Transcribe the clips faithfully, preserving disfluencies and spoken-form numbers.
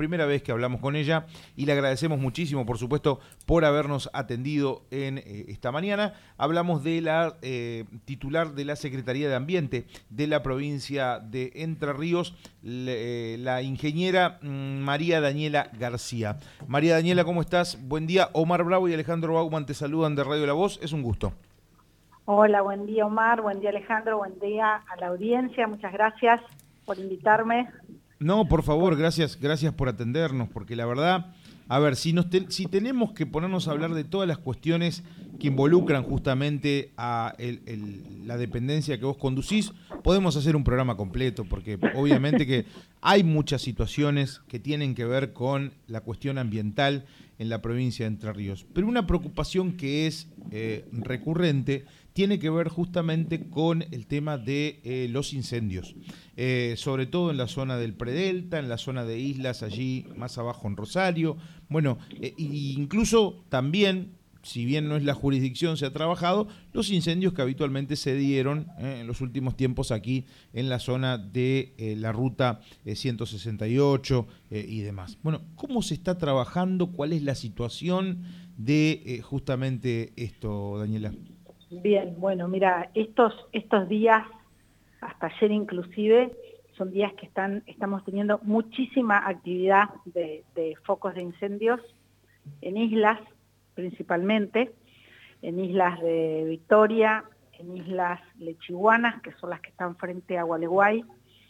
primera vez que hablamos con ella y le agradecemos muchísimo, por supuesto, por habernos atendido en eh, esta mañana. Hablamos de la eh, titular de la Secretaría de Ambiente de la provincia de Entre Ríos, le, eh, la ingeniera mmm, María Daniela García. María Daniela, ¿cómo estás? Buen día. Omar Bravo y Alejandro Bauman te saludan de Radio La Voz. Es un gusto. Hola, buen día Omar, buen día Alejandro, buen día a la audiencia, muchas gracias por invitarme. No, por favor, gracias, gracias por atendernos, porque la verdad, a ver, si, nos te, si tenemos que ponernos a hablar de todas las cuestiones que involucran justamente a el, el, la dependencia que vos conducís, podemos hacer un programa completo, porque obviamente que hay muchas situaciones que tienen que ver con la cuestión ambiental en la provincia de Entre Ríos. Pero una preocupación que es eh, recurrente tiene que ver justamente con el tema de eh, los incendios, eh, sobre todo en la zona del Predelta, en la zona de islas, allí más abajo en Rosario. Bueno, eh, incluso también, si bien no es la jurisdicción, se ha trabajado, los incendios que habitualmente se dieron eh, en los últimos tiempos aquí en la zona de eh, la ruta eh, ciento sesenta y ocho eh, y demás. Bueno, ¿cómo se está trabajando? ¿Cuál es la situación de eh, justamente esto, Daniela? Bien, bueno, mira, estos, estos días, hasta ayer inclusive, son días que están, estamos teniendo muchísima actividad de, de focos de incendios en islas, principalmente, en islas de Victoria, en islas Lechiguanas, que son las que están frente a Gualeguay.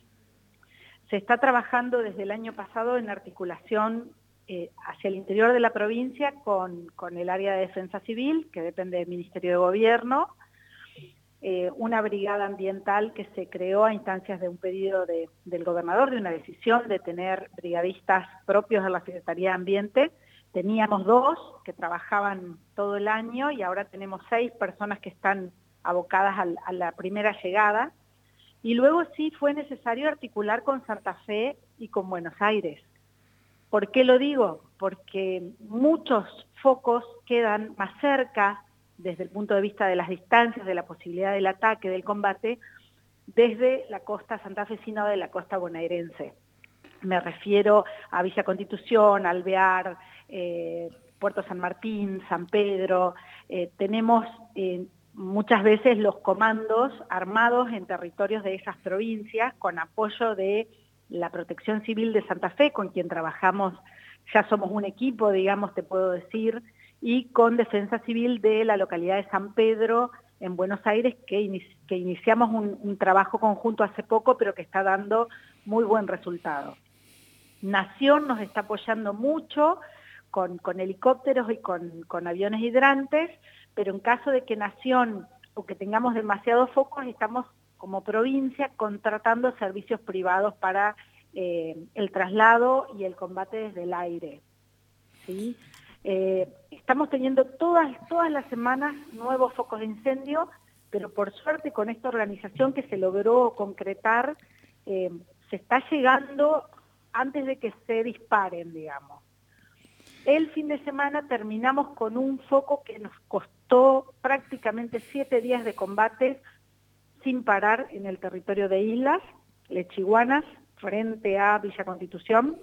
Se está trabajando desde el año pasado en articulación eh, hacia el interior de la provincia con, con el área de defensa civil, que depende del Ministerio de Gobierno, eh, una brigada ambiental que se creó a instancias de un pedido de, del gobernador, de una decisión de tener brigadistas propios de la Secretaría de Ambiente. Teníamos dos que trabajaban todo el año y ahora tenemos seis personas que están abocadas a, a la primera llegada. Y luego sí fue necesario articular con Santa Fe y con Buenos Aires. ¿Por qué lo digo? Porque muchos focos quedan más cerca desde el punto de vista de las distancias, de la posibilidad del ataque, del combate, desde la costa santafesina o de la costa bonaerense. Me refiero a Villa Constitución, Alvear, eh, Puerto San Martín, San Pedro. Eh, tenemos eh, muchas veces los comandos armados en territorios de esas provincias con apoyo de la Protección Civil de Santa Fe, con quien trabajamos, ya somos un equipo, digamos, te puedo decir, y con Defensa Civil de la localidad de San Pedro, en Buenos Aires, que, inici que iniciamos un, un trabajo conjunto hace poco, pero que está dando muy buen resultado. Nación nos está apoyando mucho con, con helicópteros y con, con aviones hidrantes, pero en caso de que Nación o que tengamos demasiados focos, estamos como provincia contratando servicios privados para eh, el traslado y el combate desde el aire. ¿Sí? Eh, estamos teniendo todas, todas las semanas nuevos focos de incendio, pero por suerte con esta organización que se logró concretar, eh, se está llegando antes de que se disparen, digamos. El fin de semana terminamos con un foco que nos costó prácticamente siete días de combate sin parar en el territorio de Islas, Lechiguanas, frente a Villa Constitución.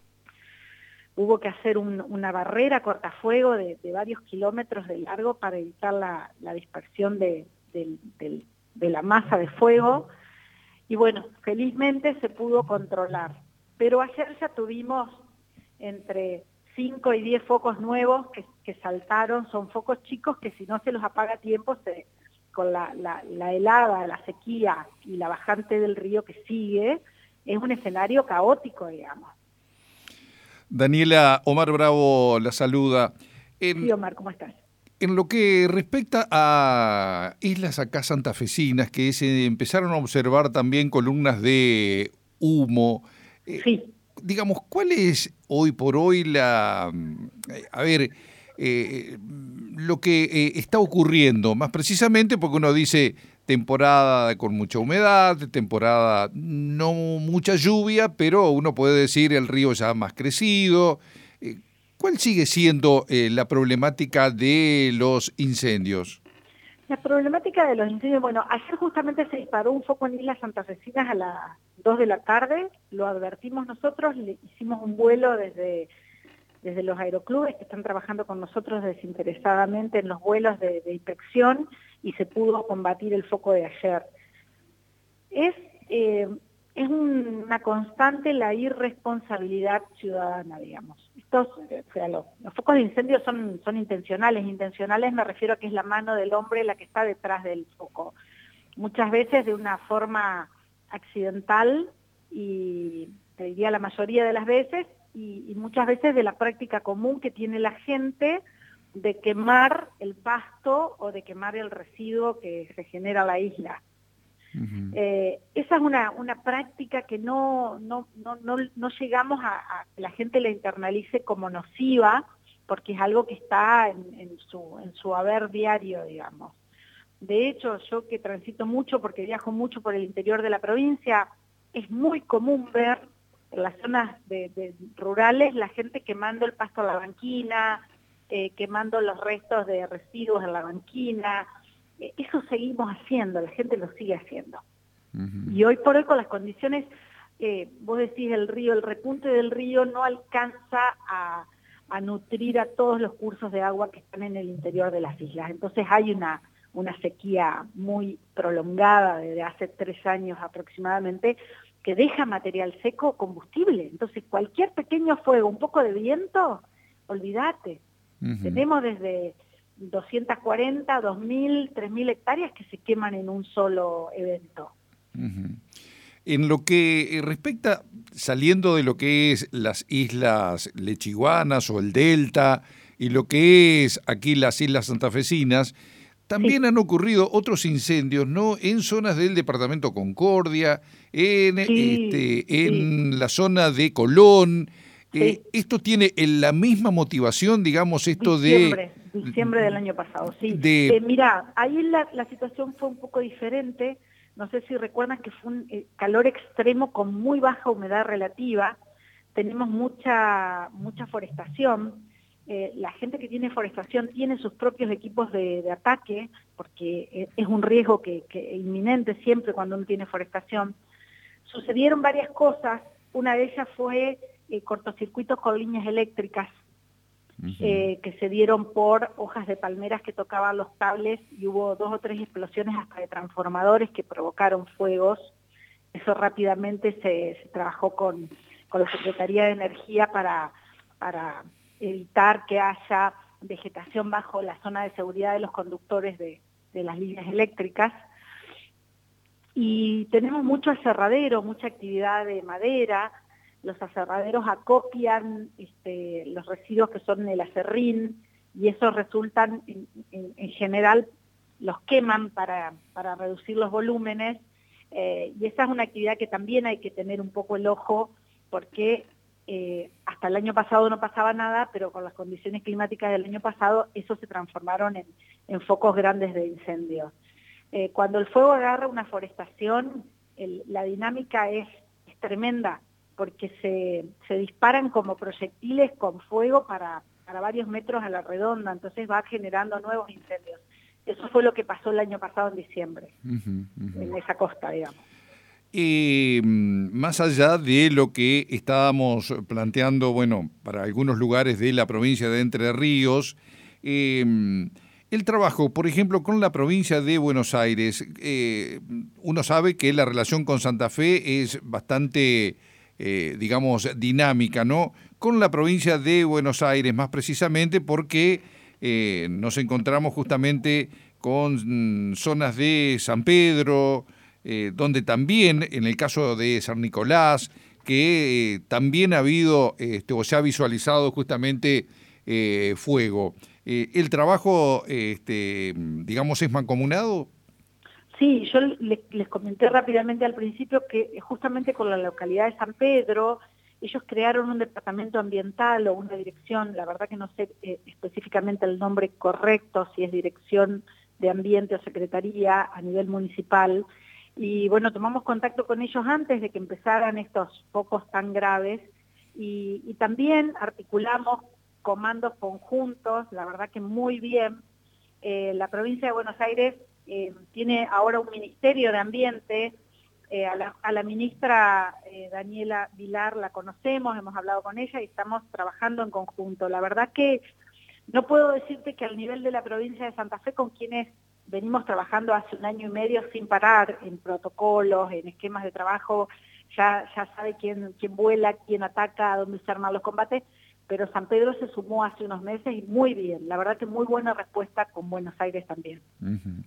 Hubo que hacer un, una barrera cortafuego de, de varios kilómetros de largo para evitar la, la dispersión de, de, de, de la masa de fuego. Y bueno, felizmente se pudo controlar. Pero ayer ya tuvimos entre cinco y diez focos nuevos que, que saltaron. Son focos chicos que si no se los apaga a tiempo, se, con la, la, la helada, la sequía y la bajante del río que sigue, es un escenario caótico, digamos. Daniela, Omar Bravo la saluda. En, sí, Omar, ¿cómo estás? En lo que respecta a islas acá santafesinas, que se empezaron a observar también columnas de humo, eh, sí. digamos, ¿cuál es hoy por hoy la, a ver, eh, lo que eh, está ocurriendo? Más precisamente porque uno dice temporada con mucha humedad, temporada no mucha lluvia, pero uno puede decir el río ya más crecido. Eh, ¿Cuál sigue siendo eh, la problemática de los incendios? La problemática de los incendios, bueno, ayer justamente se disparó un foco en Islas Santafesinas a las dos de la tarde, lo advertimos nosotros, le hicimos un vuelo desde, desde los aeroclubes que están trabajando con nosotros desinteresadamente en los vuelos de, de inspección y se pudo combatir el foco de ayer. Es, eh, es un, una constante la irresponsabilidad ciudadana, digamos. Estos, o sea, los, los focos de incendio son, son intencionales. Intencionales me refiero a que es la mano del hombre la que está detrás del foco. Muchas veces de una forma accidental y te diría la mayoría de las veces y, y muchas veces de la práctica común que tiene la gente de quemar el pasto o de quemar el residuo que se genera en la isla. Uh-huh. Eh, esa es una, una práctica que no, no, no, no, no llegamos a, a que la gente la internalice como nociva, porque es algo que está en, en, su, en su haber diario, digamos. De hecho, yo que transito mucho, porque viajo mucho por el interior de la provincia, es muy común ver en las zonas de, de rurales la gente quemando el pasto a la banquina, eh, quemando los restos de residuos en la banquina. Eso seguimos haciendo, la gente lo sigue haciendo. Uh-huh. Y hoy por hoy con las condiciones, eh, vos decís el río, el repunte del río no alcanza a, a nutrir a todos los cursos de agua que están en el interior de las islas. Entonces hay una, una sequía muy prolongada desde hace tres años aproximadamente que deja material seco combustible. Entonces cualquier pequeño fuego, un poco de viento, olvídate. Uh-huh. Tenemos desde doscientas cuarenta, dos mil, tres mil hectáreas que se queman en un solo evento. Uh-huh. En lo que respecta, saliendo de lo que es las islas lechiguanas o el delta y lo que es aquí las islas santafesinas, también sí. han ocurrido otros incendios, ¿no? En zonas del departamento Concordia, en, sí, este, en sí. la zona de Colón. Sí. Eh, ¿Esto tiene la misma motivación, digamos, esto diciembre, de... Diciembre del año pasado, sí. De... Eh, mirá, ahí la, la situación fue un poco diferente. No sé si recuerdan que fue un eh, calor extremo con muy baja humedad relativa. Tenemos mucha, mucha forestación. Eh, la gente que tiene forestación tiene sus propios equipos de, de ataque, porque es un riesgo que, que inminente siempre cuando uno tiene forestación. Sucedieron varias cosas. Una de ellas fue... Eh, cortocircuitos con líneas eléctricas uh-huh. eh, que se dieron por hojas de palmeras que tocaban los cables y hubo dos o tres explosiones hasta de transformadores que provocaron fuegos. Eso rápidamente se, se trabajó con, con la Secretaría de Energía para, para evitar que haya vegetación bajo la zona de seguridad de los conductores de, de las líneas eléctricas. Y tenemos mucho aserradero, mucha actividad de madera. Los aserraderos acopian este, los residuos que son el acerrín y esos resultan, en, en, en general, los queman para, para reducir los volúmenes eh, y esa es una actividad que también hay que tener un poco el ojo porque eh, hasta el año pasado no pasaba nada, pero con las condiciones climáticas del año pasado eso se transformaron en, en focos grandes de incendio. Eh, cuando el fuego agarra una forestación, el, la dinámica es, es tremenda, porque se, se disparan como proyectiles con fuego para, para varios metros a la redonda, entonces va generando nuevos incendios. Eso fue lo que pasó el año pasado en diciembre, uh-huh, uh-huh. en esa costa, digamos. Eh, más allá de lo que estábamos planteando, bueno, para algunos lugares de la provincia de Entre Ríos, eh, el trabajo, por ejemplo, con la provincia de Buenos Aires, eh, uno sabe que la relación con Santa Fe es bastante... Eh, digamos, dinámica, ¿no? Con la provincia de Buenos Aires, más precisamente porque eh, nos encontramos justamente con mm, zonas de San Pedro, eh, donde también, en el caso de San Nicolás, que eh, también ha habido, este, o se ha visualizado justamente eh, fuego. Eh, ¿El trabajo, este, digamos, es mancomunado? Sí, yo les, les comenté rápidamente al principio que justamente con la localidad de San Pedro, ellos crearon un departamento ambiental o una dirección, la verdad que no sé eh, específicamente el nombre correcto, si es dirección de ambiente o secretaría a nivel municipal, y bueno, tomamos contacto con ellos antes de que empezaran estos focos tan graves, y, y también articulamos comandos conjuntos, la verdad que muy bien. Eh, la provincia de Buenos Aires Eh, tiene ahora un Ministerio de Ambiente Eh, a, la, a la ministra eh, Daniela Vilar la conocemos, hemos hablado con ella y estamos trabajando en conjunto. La verdad que no puedo decirte que al nivel de la provincia de Santa Fe, con quienes venimos trabajando hace un año y medio sin parar en protocolos, en esquemas de trabajo, ya, ya sabe quién, quién vuela, quién ataca, dónde se arman los combates, pero San Pedro se sumó hace unos meses y muy bien, la verdad que muy buena respuesta con Buenos Aires también. Uh-huh.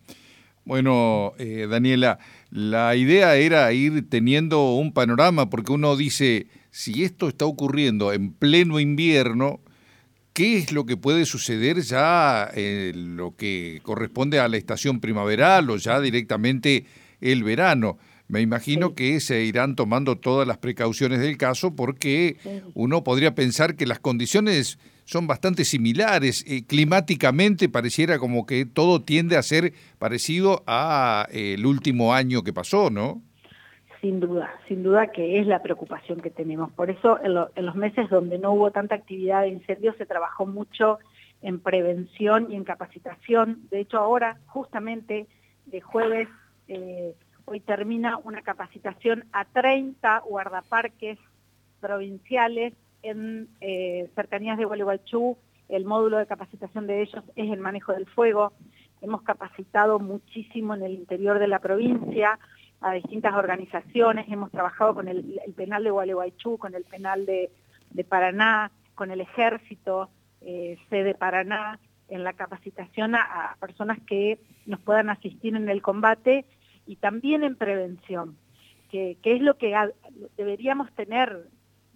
Bueno, eh, Daniela, la idea era ir teniendo un panorama, porque uno dice, si esto está ocurriendo en pleno invierno, ¿qué es lo que puede suceder ya en lo que corresponde a la estación primaveral o ya directamente el verano? Me imagino sí. que se irán tomando todas las precauciones del caso, porque sí. uno podría pensar que las condiciones son bastante similares. Eh, climáticamente pareciera como que todo tiende a ser parecido a eh, el último año que pasó, ¿no? Sin duda, sin duda que es la preocupación que tenemos. Por eso en, lo, en los meses donde no hubo tanta actividad de incendios se trabajó mucho en prevención y en capacitación. De hecho ahora, justamente de jueves, eh, hoy termina una capacitación a treinta guardaparques provinciales en eh, cercanías de Gualeguaychú. El módulo de capacitación de ellos es el manejo del fuego. Hemos capacitado muchísimo en el interior de la provincia a distintas organizaciones, hemos trabajado con el, el penal de Gualeguaychú, con el penal de, de Paraná, con el ejército, eh, sede Paraná, en la capacitación a, a personas que nos puedan asistir en el combate y también en prevención, que, que es lo que ha, deberíamos tener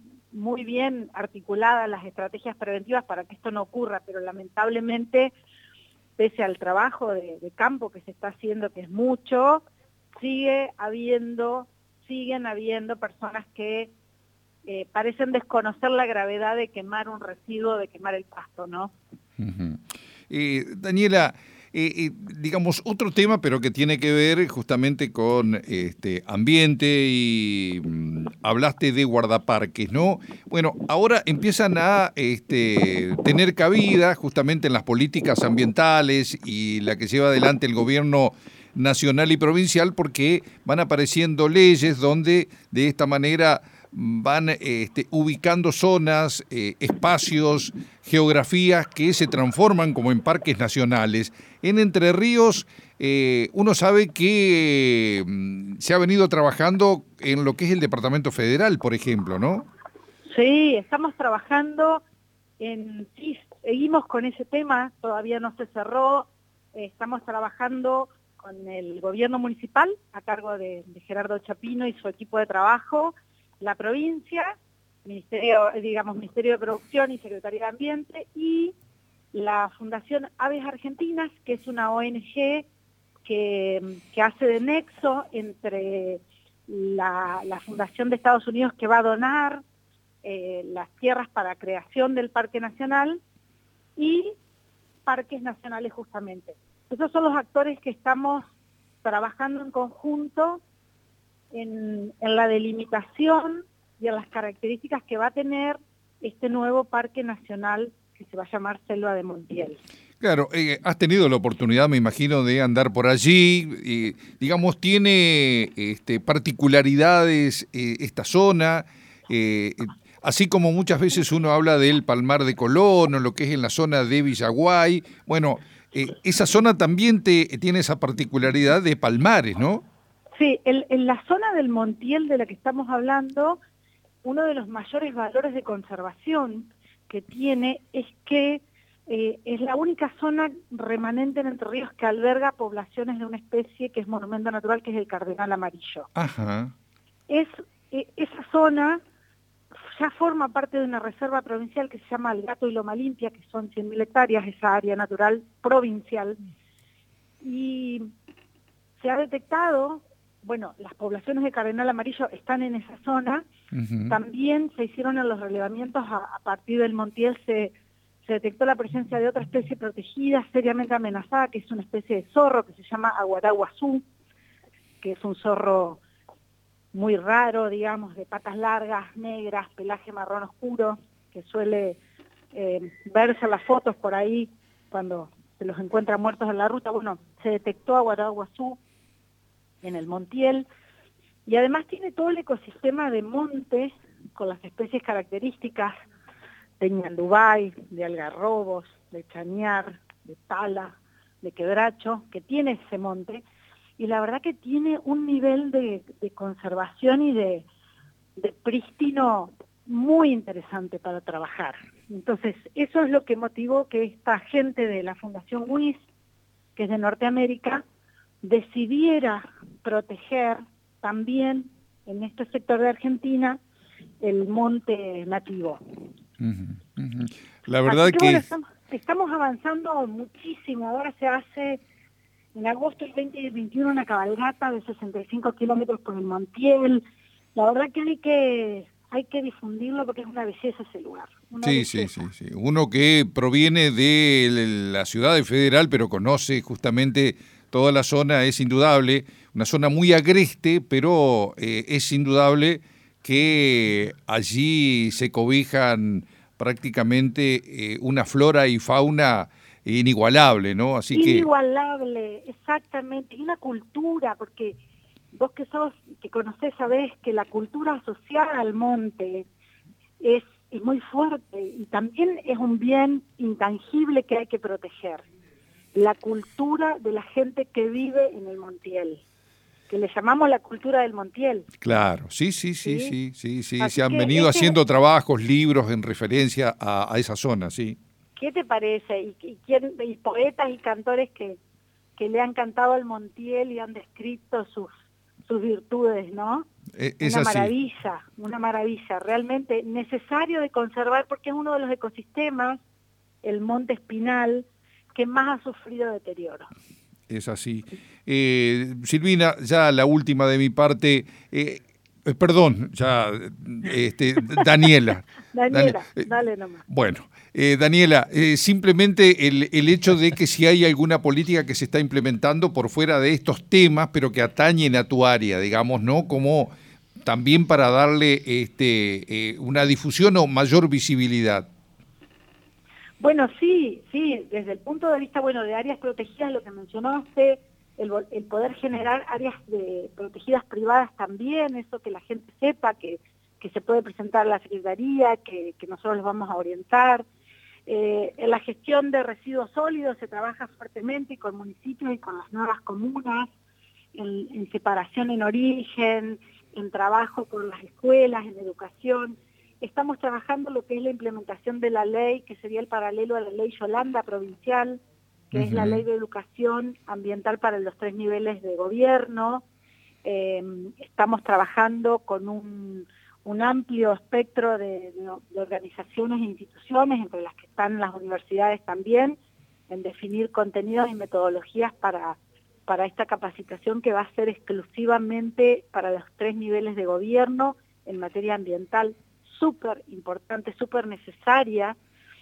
muy bien articuladas las estrategias preventivas para que esto no ocurra, pero lamentablemente, pese al trabajo de, de campo que se está haciendo, que es mucho, sigue habiendo, siguen habiendo personas que eh, parecen desconocer la gravedad de quemar un residuo, de quemar el pasto, ¿no? Uh-huh. eh, Daniela, eh, eh, digamos, otro tema, pero que tiene que ver justamente con este ambiente y mm, hablaste de guardaparques, ¿no? Bueno, ahora empiezan a este, tener cabida justamente en las políticas ambientales y la que lleva adelante el gobierno nacional y provincial, porque van apareciendo leyes donde de esta manera van este, ubicando zonas, eh, espacios, geografías que se transforman como en parques nacionales. En Entre Ríos, eh, uno sabe que eh, se ha venido trabajando en lo que es el Departamento Federal, por ejemplo, ¿no? Sí, estamos trabajando en... Sí, seguimos con ese tema, todavía no se cerró, eh, estamos trabajando con el gobierno municipal, a cargo de, de Gerardo Chapino y su equipo de trabajo, la provincia, Ministerio, digamos, Ministerio de Producción y Secretaría de Ambiente, y la Fundación Aves Argentinas, que es una O N G que, que hace de nexo entre la, la Fundación de Estados Unidos que va a donar eh, las tierras para creación del Parque Nacional y parques nacionales justamente. Esos son los actores que estamos trabajando en conjunto en, en la delimitación y en las características que va a tener este nuevo Parque Nacional que se va a llamar Selva de Montiel. Claro, eh, has tenido la oportunidad, me imagino, de andar por allí. Eh, digamos, tiene este, particularidades eh, esta zona, eh, así como muchas veces uno habla del Palmar de Colón o lo que es en la zona de Villaguay. Bueno, eh, esa zona también te, tiene esa particularidad de palmares, ¿no? Sí, el, en la zona del Montiel de la que estamos hablando, uno de los mayores valores de conservación que tiene es que eh, es la única zona remanente en Entre Ríos que alberga poblaciones de una especie que es monumento natural, que es el cardenal amarillo. Ajá. Es, eh, esa zona ya forma parte de una reserva provincial que se llama El Gato y Loma Limpia, que son cien mil hectáreas, esa área natural provincial, y se ha detectado, bueno, las poblaciones de cardenal amarillo están en esa zona. Uh-huh. También se hicieron en los relevamientos a, a partir del Montiel, se, se detectó la presencia de otra especie protegida, seriamente amenazada, que es una especie de zorro que se llama aguaraguazú, que es un zorro muy raro, digamos, de patas largas, negras, pelaje marrón oscuro, que suele eh, verse en las fotos por ahí cuando se los encuentra muertos en la ruta. Bueno, se detectó aguaraguazú en el Montiel. Y además tiene todo el ecosistema de monte con las especies características de ñandubay, de algarrobos, de chañar, de tala, de quebracho, que tiene ese monte, y la verdad que tiene un nivel de, de conservación y de, de prístino muy interesante para trabajar. Entonces, eso es lo que motivó que esta gente de la Fundación W I S, que es de Norteamérica, decidiera proteger también en este sector de Argentina el monte nativo. Uh-huh, uh-huh. La verdad Así que, que... bueno, estamos, estamos avanzando muchísimo. Ahora se hace en agosto del veinte veintiuno una cabalgata de sesenta y cinco kilómetros por el Montiel. La verdad que hay que hay que difundirlo porque es una belleza ese lugar. Sí, sí, sí, sí. Uno que proviene de la ciudad de Federal, pero conoce justamente toda la zona, es indudable, una zona muy agreste, pero eh, es indudable que allí se cobijan prácticamente eh, una flora y fauna inigualable, ¿no? Así inigualable, que... exactamente, y una cultura, porque vos que sos, que conocés, sabés que la cultura asociada al monte es, es muy fuerte y también es un bien intangible que hay que proteger. La cultura de la gente que vive en el Montiel, que le llamamos la cultura del Montiel. Claro, sí, sí, sí, sí, sí, sí, sí. Se han que venido ese... haciendo trabajos, libros en referencia a, a esa zona, sí. ¿Qué te parece? Y, y, quién, y poetas y cantores que, que le han cantado al Montiel y han descrito sus, sus virtudes, ¿no? Es, es una así. maravilla, una maravilla, realmente necesario de conservar porque es uno de los ecosistemas, el monte espinal, que más ha sufrido deterioro. Es así. Eh, Silvina, ya la última de mi parte, eh, eh, perdón, ya, este, Daniela. Daniela, Dan, dale nomás. Bueno, eh, Daniela, eh, simplemente el, el hecho de que si hay alguna política que se está implementando por fuera de estos temas, pero que atañen a tu área, digamos, ¿no? Como también para darle este, eh, una difusión o mayor visibilidad. Bueno, sí, sí, desde el punto de vista, bueno, de áreas protegidas, lo que mencionaste, el, el poder generar áreas de, protegidas privadas también, eso que la gente sepa, que, que se puede presentar a la Secretaría, que, que nosotros los vamos a orientar. Eh, en la gestión de residuos sólidos se trabaja fuertemente con municipios y con las nuevas comunas, en, en separación en origen, en trabajo con las escuelas, en educación. Estamos trabajando lo que es la implementación de la ley, que sería el paralelo a la ley Yolanda provincial, que uh-huh. es la ley de educación ambiental para los tres niveles de gobierno. Eh, estamos trabajando con un, un amplio espectro de, de, de organizaciones e instituciones, entre las que están las universidades también, en definir contenidos y metodologías para, para esta capacitación que va a ser exclusivamente para los tres niveles de gobierno en materia ambiental, súper importante, súper necesaria.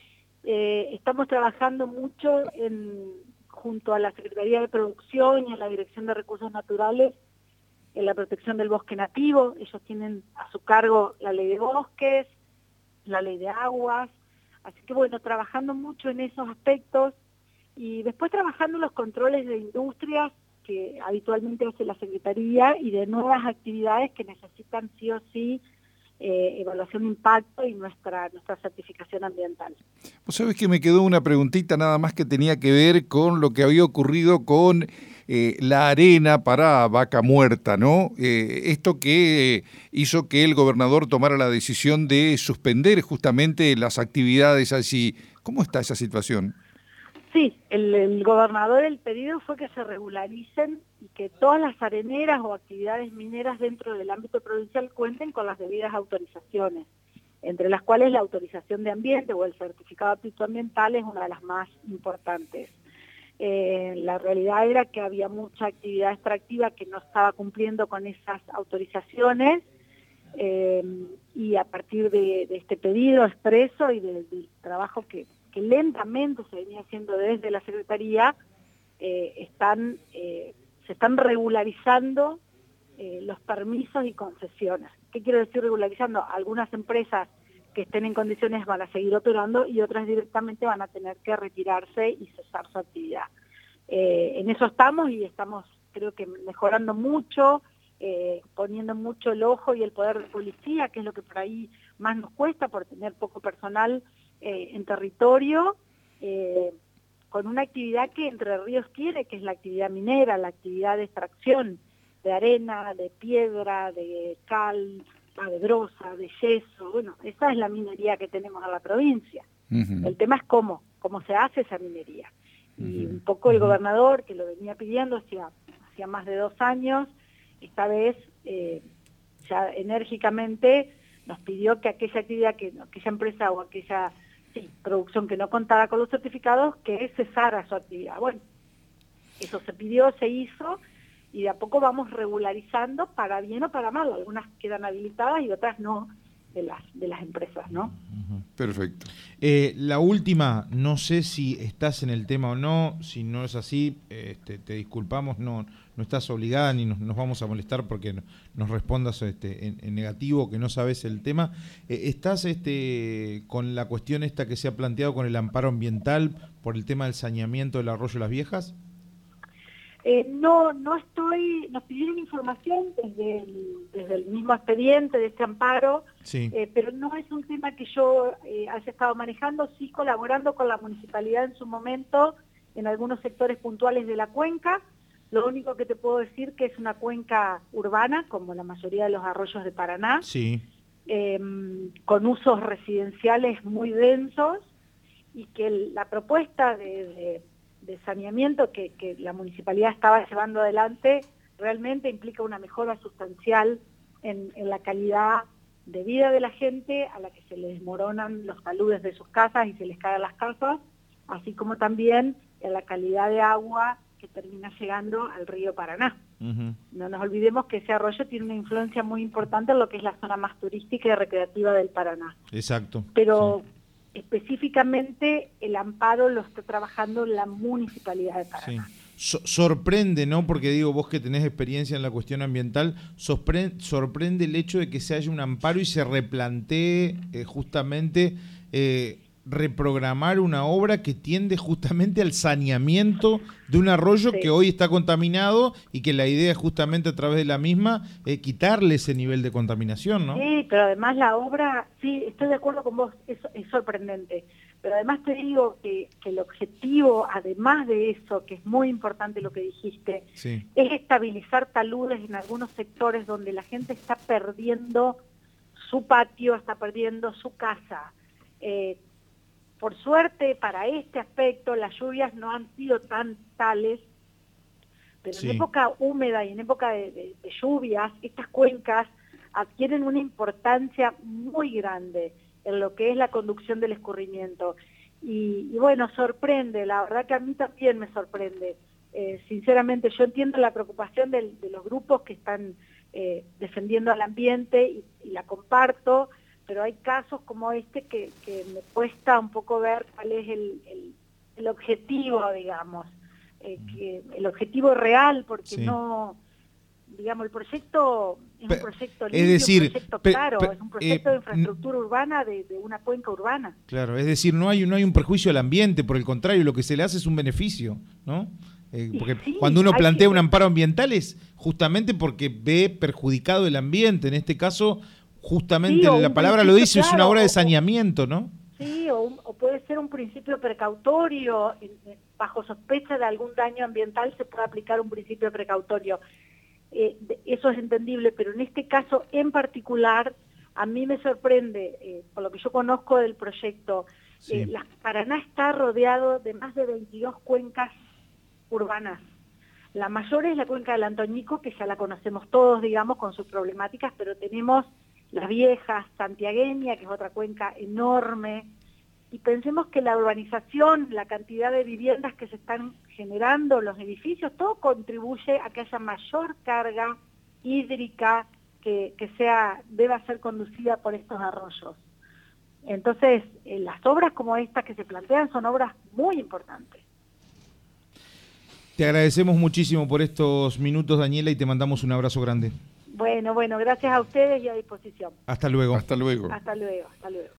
Eh, estamos trabajando mucho en, junto a la Secretaría de Producción y a la Dirección de Recursos Naturales en la protección del bosque nativo. Ellos tienen a su cargo la ley de bosques, la ley de aguas, así que bueno, trabajando mucho en esos aspectos y después trabajando en los controles de industrias que habitualmente hace la Secretaría y de nuevas actividades que necesitan sí o sí Eh, evaluación de impacto y nuestra nuestra certificación ambiental. Vos sabés que me quedó una preguntita nada más que tenía que ver con lo que había ocurrido con eh, la arena para vaca muerta, ¿no? Eh, esto que hizo que el gobernador tomara la decisión de suspender justamente las actividades allí. ¿Cómo está esa situación? Sí, el, el gobernador, el pedido fue que se regularicen y que todas las areneras o actividades mineras dentro del ámbito provincial cuenten con las debidas autorizaciones, entre las cuales la autorización de ambiente o el certificado de aptitud ambiental es una de las más importantes. Eh, la realidad era que había mucha actividad extractiva que no estaba cumpliendo con esas autorizaciones eh, y a partir de, de este pedido expreso y de, del trabajo que que lentamente se venía haciendo desde la Secretaría, eh, están, eh, se están regularizando eh, los permisos y concesiones. ¿Qué quiero decir regularizando? Algunas empresas que estén en condiciones van a seguir operando y otras directamente van a tener que retirarse y cesar su actividad. Eh, en eso estamos y estamos, creo que, mejorando mucho eh, poniendo mucho el ojo y el poder de policía, que es lo que por ahí más nos cuesta por tener poco personal eh, en territorio, eh, con una actividad que Entre Ríos tiene, que es la actividad minera, la actividad de extracción de arena, de piedra, de cal, de brosa, de yeso. Bueno, esa es la minería que tenemos en la provincia. Uh-huh. El tema es cómo, cómo se hace esa minería. Uh-huh. Y un poco el gobernador, que lo venía pidiendo hacía, hacía más de dos años, esta vez eh, ya enérgicamente nos pidió que aquella actividad, que aquella empresa o aquella sí, producción que no contara con los certificados, que cesara su actividad. Bueno, eso se pidió, se hizo, y de a poco vamos regularizando para bien o para mal. Algunas quedan habilitadas y otras no, de las, de las empresas, ¿no? Perfecto. Eh, la última, no sé si estás en el tema o no, si no es así, este, te disculpamos, no, no estás obligada ni nos, nos vamos a molestar porque no, nos respondas este, en, en negativo, que no sabes el tema. Eh, ¿Estás este, con la cuestión esta que se ha planteado con el amparo ambiental por el tema del saneamiento del arroyo Las Viejas? Eh, no, no estoy, nos pidieron información desde el, desde el mismo expediente de este amparo, sí. eh, pero no es un tema que yo eh, haya estado manejando, sí colaborando con la municipalidad en su momento en algunos sectores puntuales de la cuenca. Lo único que te puedo decir que es una cuenca urbana, como la mayoría de los arroyos de Paraná, sí. eh, con usos residenciales muy densos, y que el, la propuesta de... de de saneamiento que, que la municipalidad estaba llevando adelante realmente implica una mejora sustancial en, en la calidad de vida de la gente, a la que se les desmoronan los taludes de sus casas y se les caen las casas, así como también en la calidad de agua que termina llegando al río Paraná. Uh-huh. No nos olvidemos que ese arroyo tiene una influencia muy importante en lo que es la zona más turística y recreativa del Paraná. Exacto. Pero sí. Específicamente el amparo lo está trabajando la Municipalidad de Paraná. Sí. So- sorprende, ¿no? Porque digo, vos que tenés experiencia en la cuestión ambiental, sorpre- sorprende el hecho de que se haya un amparo y se replantee eh, justamente eh, reprogramar una obra que tiende justamente al saneamiento de un arroyo sí. que hoy está contaminado y que la idea es justamente a través de la misma eh, quitarle ese nivel de contaminación, ¿no? Sí, pero además la obra, sí, estoy de acuerdo con vos, es, es sorprendente, pero además te digo que, que el objetivo, además de eso, que es muy importante lo que dijiste, sí. es estabilizar taludes en algunos sectores donde la gente está perdiendo su patio, está perdiendo su casa. Eh, Por suerte, para este aspecto, las lluvias no han sido tan tales, pero sí. en época húmeda y en época de, de, de lluvias, estas cuencas adquieren una importancia muy grande en lo que es la conducción del escurrimiento. Y, y bueno, sorprende, la verdad que a mí también me sorprende. Eh, sinceramente, yo entiendo la preocupación de, de los grupos que están eh, defendiendo al ambiente y, y la comparto, pero hay casos como este que, que me cuesta un poco ver cuál es el, el, el objetivo, digamos, eh, que el objetivo real, porque sí. no, digamos, el proyecto es un proyecto limpio, es decir, un proyecto pe, claro, pe, es un proyecto eh, de infraestructura urbana de, de una cuenca urbana. Claro, es decir, no hay, no hay un perjuicio al ambiente, por el contrario, lo que se le hace es un beneficio, ¿no? Eh, porque sí, cuando uno plantea que... un amparo ambiental es justamente porque ve perjudicado el ambiente, en este caso... Justamente sí, la palabra lo dice, claro, es una obra de saneamiento, ¿no? Sí, o, un, o puede ser un principio precautorio, en, en, bajo sospecha de algún daño ambiental se puede aplicar un principio precautorio. Eh, de, eso es entendible, pero en este caso en particular, a mí me sorprende, eh, por lo que yo conozco del proyecto, sí. eh, la, Paraná está rodeado de más de veintidós cuencas urbanas. La mayor es la cuenca del Antoñico, que ya la conocemos todos, digamos, con sus problemáticas, pero tenemos Las Viejas, Santiagueña, que es otra cuenca enorme, y pensemos que la urbanización, la cantidad de viviendas que se están generando, los edificios, todo contribuye a que haya mayor carga hídrica que, que sea, deba ser conducida por estos arroyos. Entonces, eh, las obras como estas que se plantean son obras muy importantes. Te agradecemos muchísimo por estos minutos, Daniela, y te mandamos un abrazo grande. Bueno, bueno, gracias a ustedes y a disposición. Hasta luego. Hasta luego. Hasta luego, hasta luego.